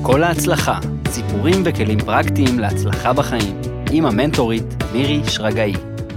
כל ההצלחה, סיפורים וכלים פרקטיים להצלחה בחיים, עם המנטורית מירי שרגאי.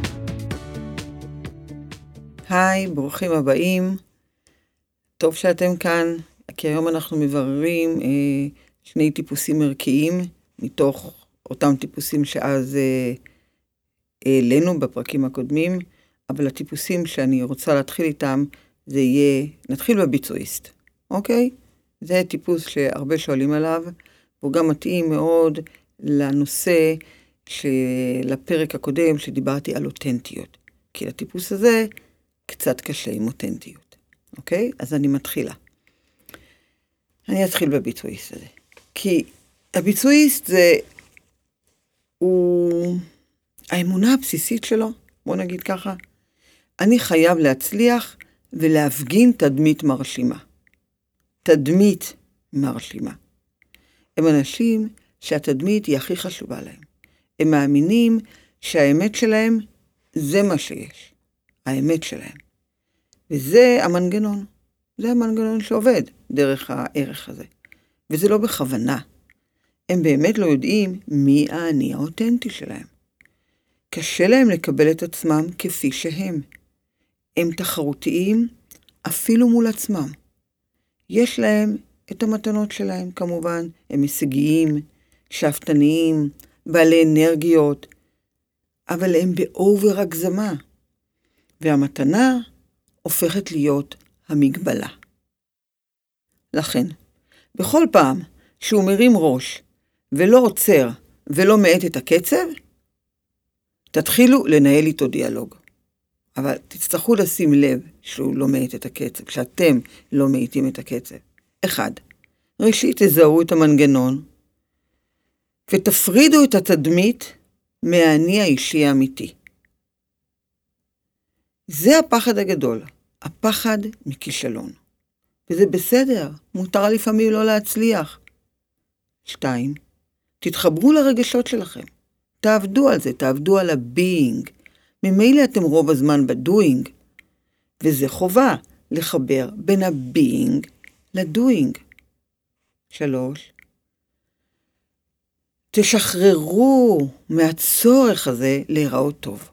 היי, ברוכים הבאים. טוב שאתם כאן, כי היום אנחנו מבררים שני טיפוסים ערכיים, מתוך אותם טיפוסים שאז העלינו בפרקים הקודמים, אבל הטיפוסים שאני רוצה להתחיל איתם, זה יהיה, נתחיל בביצועיסט, אוקיי? זה טיפוס שהרבה שואלים עליו, והוא גם מתאים מאוד לנושא לפרק הקודם שדיברתי על אותנטיות. כי לטיפוס הזה קצת קשה עם אותנטיות, אוקיי? אז אני מתחילה. אני אתחיל בביצועיסט הזה. כי הביצועיסט הוא האמונה הבסיסית שלו, בוא נגיד ככה, אני חייב להצליח ולהפגין תדמית מרשימה. תדמית מרשימה. הם אנשים שהתדמית היא הכי חשובה להם. הם מאמינים שהאמת שלהם זה מה שיש. האמת שלהם. וזה המנגנון. זה המנגנון שעובד דרך הערך הזה. וזה לא בכוונה. הם באמת לא יודעים מי האני האותנטי שלהם. קשה להם לקבל את עצמם כפי שהם. הם תחרותיים אפילו מול עצמם. יש להם את המתנות שלהם, כמובן. הם הישגיים, שאפתניים, בעלי אנרגיות, אבל הם באובר הגזמה. והמתנה הופכת להיות המגבלה. לכן, בכל פעם שהוא מרים ראש ולא עוצר ולא מאט את הקצב, תתחילו לנהל איתו דיאלוג. אבל תצטרכו לשים לב שהוא לא מאט את הקצב, שאתם לא מאטים את הקצב. 1. ראשית תזהו את המנגנון, ותפרידו את התדמית מהאני האישי האמיתי. זה הפחד הגדול, הפחד מכישלון. וזה בסדר, מותר לפעמים לא להצליח. 2. תתחברו לרגשות שלכם. תעבדו על זה, תעבדו על ה-being. ממילא אתם רוב הזמן ב-doing. וזה חובה לחבר בין ה-being ל-doing. 3. תשחררו מהצורך הזה להיראות טוב.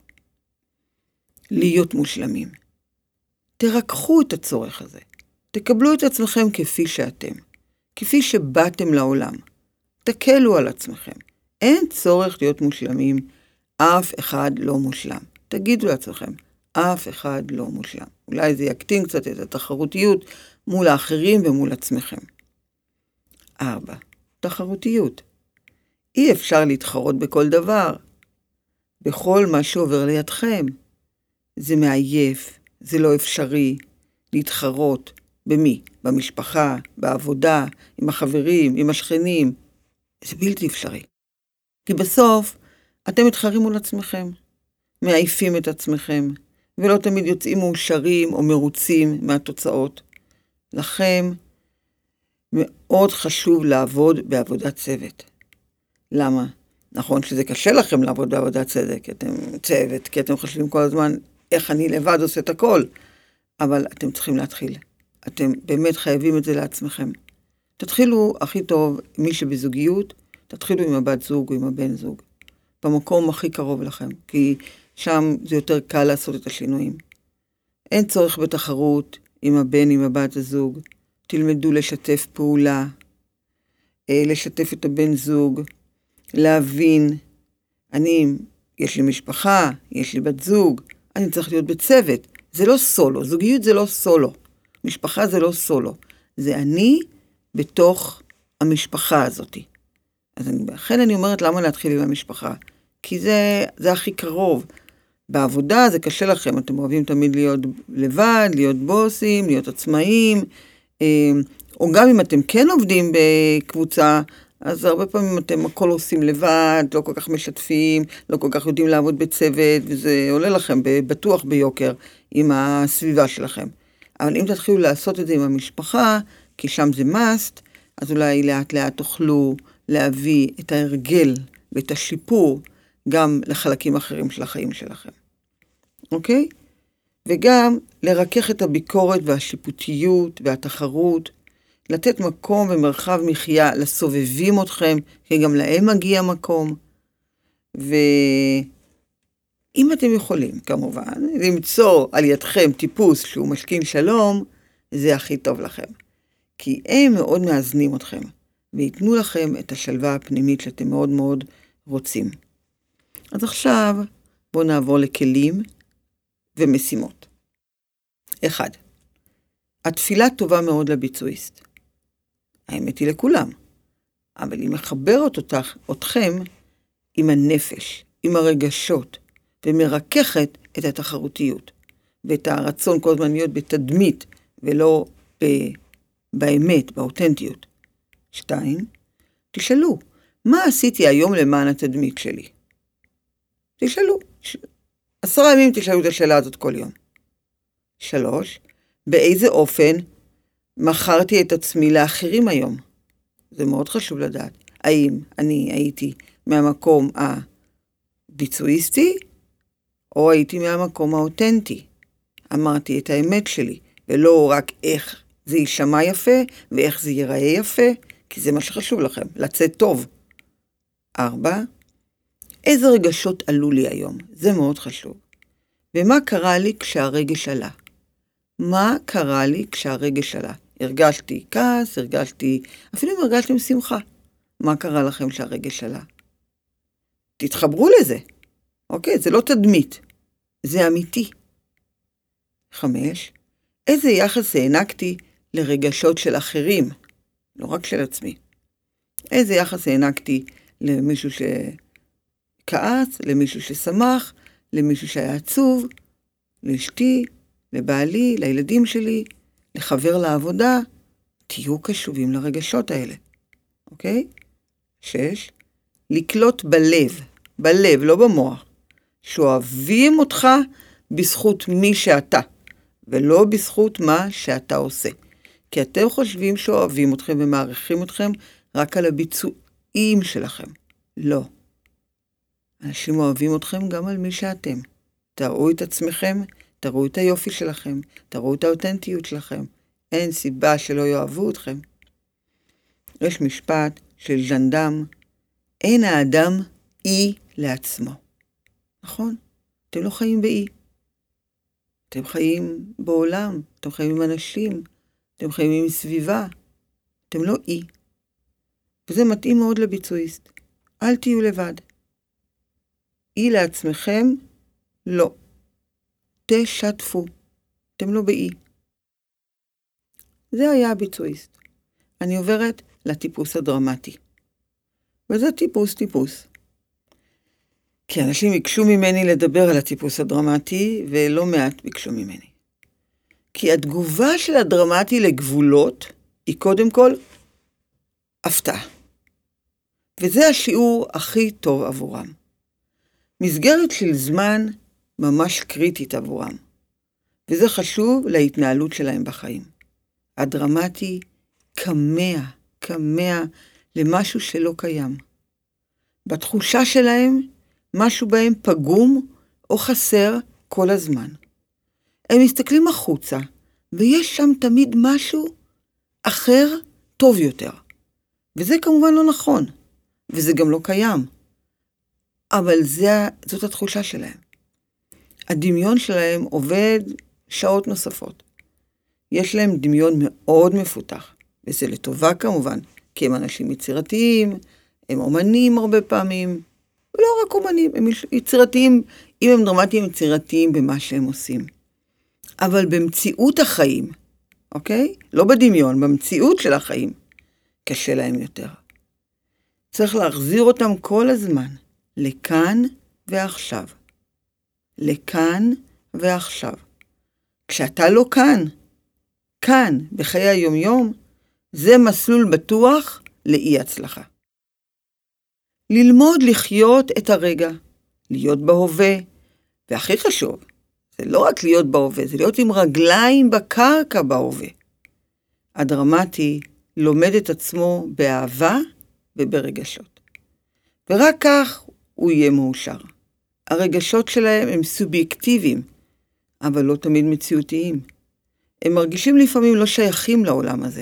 להיות מושלמים. תרככו את הצורך הזה. תקבלו את עצמכם כפי שאתם. כפי שבאתם לעולם. תקלו על עצמכם. אין צורך להיות מושלמים. אף אחד לא מושלם. תגידו לעצמכם, אף אחד לא מושלם. אולי זה יקטין קצת את התחרותיות מול האחרים ומול עצמכם. 4. תחרותיות. אי אפשר להתחרות בכל דבר. בכל מה שעובר לידכם. זה מעייף, זה לא אפשרי. להתחרות. במי? במשפחה, בעבודה, עם החברים, עם השכנים. זה בלתי אפשרי. כי בסוף אתם מתחרים מול עצמכם. מעייפים את עצמכם, ולא תמיד יוצאים מאושרים או מרוצים מהתוצאות. לכם מאוד חשוב לעבוד בעבודת צוות. למה? נכון שזה קשה לכם לעבוד בעבודת צוות, כי אתם חושבים כל הזמן איך אני לבד עושה את הכל, אבל אתם צריכים להתחיל. אתם באמת חייבים את זה לעצמכם. תתחילו הכי טוב, מי שבזוגיות, תתחילו עם הבת זוג או עם הבן זוג. במקום הכי קרוב לכם, כי שם זה יותר קל לעשות את השינויים. אין צורך בתחרות עם הבן, עם הבת הזוג. תלמדו לשתף פעולה, לשתף את הבן זוג, להבין, יש לי משפחה, יש לי בת זוג, אני צריך להיות בצוות. זה לא סולו, זוגיות זה לא סולו. משפחה זה לא סולו. זה אני בתוך המשפחה הזאת. אז לכן אני אומרת למה להתחיל עם המשפחה. כי זה הכי קרוב. בעבודה זה קשה לכם, אתם אוהבים תמיד להיות לבד, להיות בוסים, להיות עצמאים, או גם אם אתם כן עובדים בקבוצה, אז הרבה פעמים אתם הכל עושים לבד, לא כל כך משתפים, לא כל כך יודעים לעבוד בצוות, וזה עולה לכם בטוח ביוקר עם הסביבה שלכם. אבל אם תתחילו לעשות את זה עם המשפחה, כי שם זה must, אז אולי לאט לאט תוכלו להביא את ההרגל ואת השיפור גם לחלקים אחרים של החיים שלכם. אוקיי? וגם לרכך את הביקורת והשיפוטיות והתחרות, לתת מקום ומרחב מחיה לסובבים אתכם, כי גם להם מגיע מקום. ואם אתם יכולים, כמובן, למצוא על ידכם טיפוס שהוא משכין שלום, זה הכי טוב לכם. כי הם מאוד מאזנים אתכם, ויתנו לכם את השלווה הפנימית שאתם מאוד מאוד רוצים. אז עכשיו בואו נעבור לכלים ומשימות. 1. התפילה טובה מאוד לביצועיסט. האמת היא לכולם, אבל היא מחברת אתכם עם הנפש, עם הרגשות, ומרככת את התחרותיות, ואת הרצון כל הזמן להיות בתדמית, ולא באמת, באותנטיות. 2. תשאלו, מה עשיתי היום למען התדמית שלי? תשאלו. 10 ימים תשאלו את השאלה הזאת כל יום. 3. באיזה אופן מכרתי את עצמי לאחרים היום? זה מאוד חשוב לדעת. האם אני הייתי מהמקום הביצועיסטי, או הייתי מהמקום האותנטי? אמרתי את האמת שלי, ולא רק איך זה יישמע יפה, ואיך זה ייראה יפה, כי זה מה שחשוב לכם, לצאת טוב. 4. איזה רגשות עלו לי היום? זה מאוד חשוב. ומה קרה לי כשהרגש עלה? מה קרה לי כשהרגש עלה? הרגשתי כעס, אפילו אם הרגשתם שמחה. מה קרה לכם כשהרגש עלה? תתחברו לזה. אוקיי, זה לא תדמית, זה אמיתי. 5. איזה יחס הענקתי לרגשות של אחרים, לא רק של עצמי. איזה יחס הענקתי למישהו שכעס, למישהו ששמח, למישהו שהיה עצוב, לאשתי, לבעלי, לילדים שלי, לחבר לעבודה. תהיו קשובים לרגשות האלה. אוקיי? 6. לקלוט בלב, לא במוח, שאוהבים אותך בזכות מי שאתה, ולא בזכות מה שאתה עושה. כי אתם חושבים שאוהבים אתכם ומעריכים אתכם רק על הביצועים שלכם. לא. אנשים אוהבים אתכם גם על מי שאתם. תראו את עצמכם, תראו את היופי שלכם, תראו את האותנטיות שלכם. אין סיבה שלא יאהבו אתכם. יש משפט של ז'נדם, אין האדם אי לעצמו. נכון? אתם לא חיים באי. אתם חיים בעולם, אתם חיים עם אנשים, אתם חיים עם סביבה. אתם לא אי. וזה מתאים מאוד לביצועיסט. אל תהיו לבד. אי לעצמכם, לא. תשתפו. אתם לא באי. זה היה הביצועיסט. אני עוברת לטיפוס הדרמטי. וזה טיפוס. כי אנשים ביקשו ממני לדבר על הטיפוס הדרמטי, ולא מעט ביקשו ממני. כי התגובה של הדרמטי לגבולות היא קודם כל הפתעה. וזה השיעור הכי טוב עבורם. מסגרת של זמן ממש קריטית עבורם. וזה חשוב להתנהלות שלהם בחיים. הדרמטי כמה למשהו שלא קיים. בתחושה שלהם, משהו בהם פגום או חסר כל הזמן. הם מסתכלים החוצה, ויש שם תמיד משהו אחר טוב יותר. וזה כמובן לא נכון, וזה גם לא קיים. אבל זאת התחושה שלהם. הדמיון שלהם עובד שעות נוספות. יש להם דמיון מאוד מפותח, וזה לטובה כמובן, כי הם אנשים יצירתיים, הם אומנים הרבה פעמים, ולא רק אומנים, הם יצירתיים, אם הם דרמטיים יצירתיים במה שהם עושים. אבל במציאות החיים, אוקיי? לא בדמיון, במציאות של החיים, קשה להם יותר. צריך להחזיר אותם כל הזמן, לכאן ועכשיו. לכאן ועכשיו. כשאתה לא כאן, בחיי היום-יום, זה מסלול בטוח לאי הצלחה. ללמוד לחיות את הרגע, להיות בהווה, והכי חשוב, זה לא רק להיות בהווה, זה להיות עם רגליים בקרקע בהווה. הדרמטי לומד את עצמו באהבה וברגשות. ורק כך הוא יהיה מאושר. הרגשות שלהם הם סובייקטיביים, אבל לא תמיד מציאותיים. הם מרגישים לפעמים לא שייכים לעולם הזה,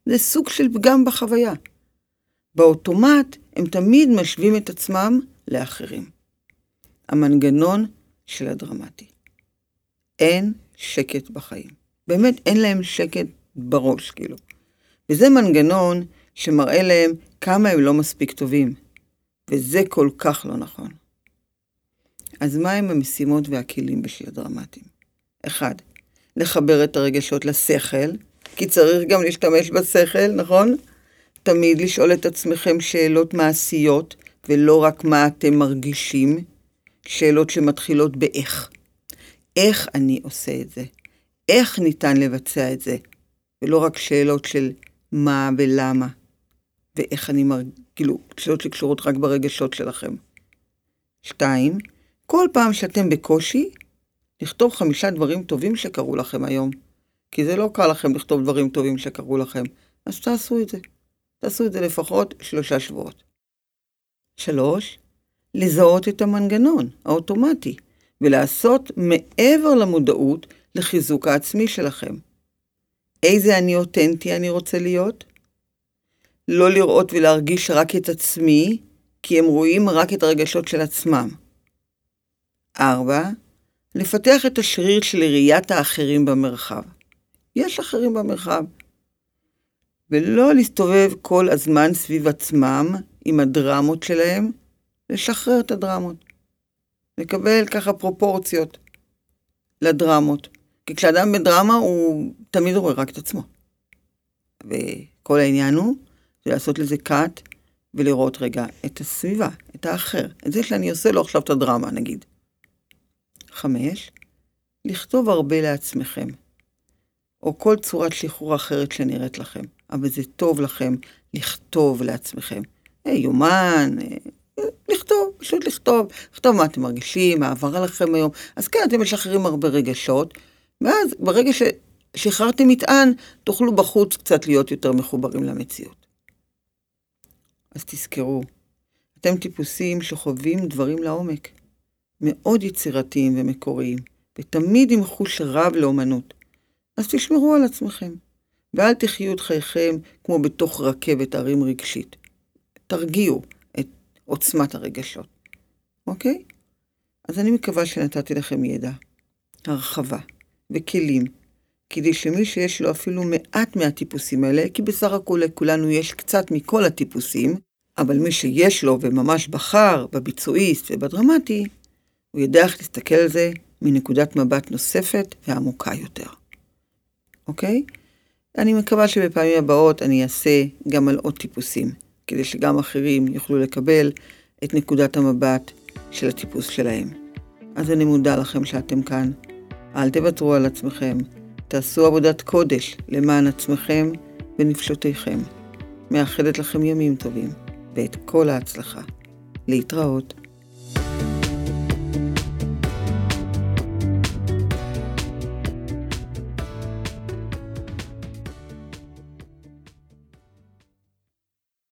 זה סוג של פגם בחוויה. באוטומט הם תמיד משווים את עצמם לאחרים. המנגנון של הדרמטי. אין שקט בחיים. באמת אין להם שקט בראש, כאילו. וזה מנגנון שמראה להם כמה הם לא מספיק טובים. וזה כל כך לא נכון. אז מה הם המשימות והכלים בשביל הדרמטיים? 1. לחבר את הרגשות לשכל, כי צריך גם להשתמש בשכל, נכון? תמיד לשאול את עצמכם שאלות מעשיות, ולא רק מה אתם מרגישים, שאלות שמתחילות באיך. איך אני עושה את זה? איך ניתן לבצע את זה? ולא רק שאלות של מה ולמה, ואיך אני כאילו, שאלות שקשורות רק ברגשות שלכם. 2. כל פעם שאתם בקושי, לכתוב 5 דברים טובים שקרו לכם היום. כי זה לא קל לכם לכתוב דברים טובים שקרו לכם. אז תעשו את זה. תעשו את זה לפחות 3 שבועות. 3. לזהות את המנגנון האוטומטי, ולעשות מעבר למודעות לחיזוק העצמי שלכם. איזה אני אותנטי אני רוצה להיות? לא לראות ולהרגיש רק את עצמי, כי הם רואים רק את הרגשות של עצמם. 4. לפתח את השריר של ראיית האחרים במרחב. יש אחרים במרחב. ולא להסתובב כל הזמן סביב עצמם עם הדרמות שלהם, לשחרר את הדרמות. לקבל ככה פרופורציות לדרמות. כי כשאדם בדרמה הוא תמיד רואה רק את עצמו. וכל העניין הוא לעשות לזה קאט ולראות רגע את הסביבה, את האחר. את זה שאני עושה לו עכשיו את הדרמה, נגיד. 5. לכתוב הרבה לעצמכם. או כל צורת שחרור אחרת שנראית לכם. אבל זה טוב לכם לכתוב לעצמכם. יומן, לכתוב, פשוט לכתוב. לכתוב מה אתם מרגישים, מה עבר עליכם היום. אז כן, אתם משחררים הרבה רגשות. ואז ברגע ששחררתם מטען, תוכלו בחוץ קצת להיות יותר מחוברים למציאות. אז תזכרו, אתם טיפוסים שחווים דברים לעומק. מאוד יצירתיים ומקוריים, ותמיד עם חוש רב לאומנות. אז תשמרו על עצמכם, ואל תחיו את חייכם כמו בתוך רכבת הרים רגשית. תרגיעו את עוצמת הרגשות. אוקיי? אז אני מקווה שנתתי לכם ידע, הרחבה וכלים, כדי שמי שיש לו אפילו מעט מהטיפוסים האלה, כי בסך הכל לכולנו יש קצת מכל הטיפוסים, אבל מי שיש לו וממש בחר בביצועיסט ובדרמטי, הוא ידע איך להסתכל על זה מנקודת מבט נוספת ועמוקה יותר. אוקיי? אני מקווה שבפעמים הבאות אני אעשה גם על עוד טיפוסים, כדי שגם אחרים יוכלו לקבל את נקודת המבט של הטיפוס שלהם. אז אני מודה לכם שאתם כאן. אל תוותרו על עצמכם. תעשו עבודת קודש למען עצמכם ונפשותיכם. מאחלת לכם ימים טובים ואת כל ההצלחה. להתראות.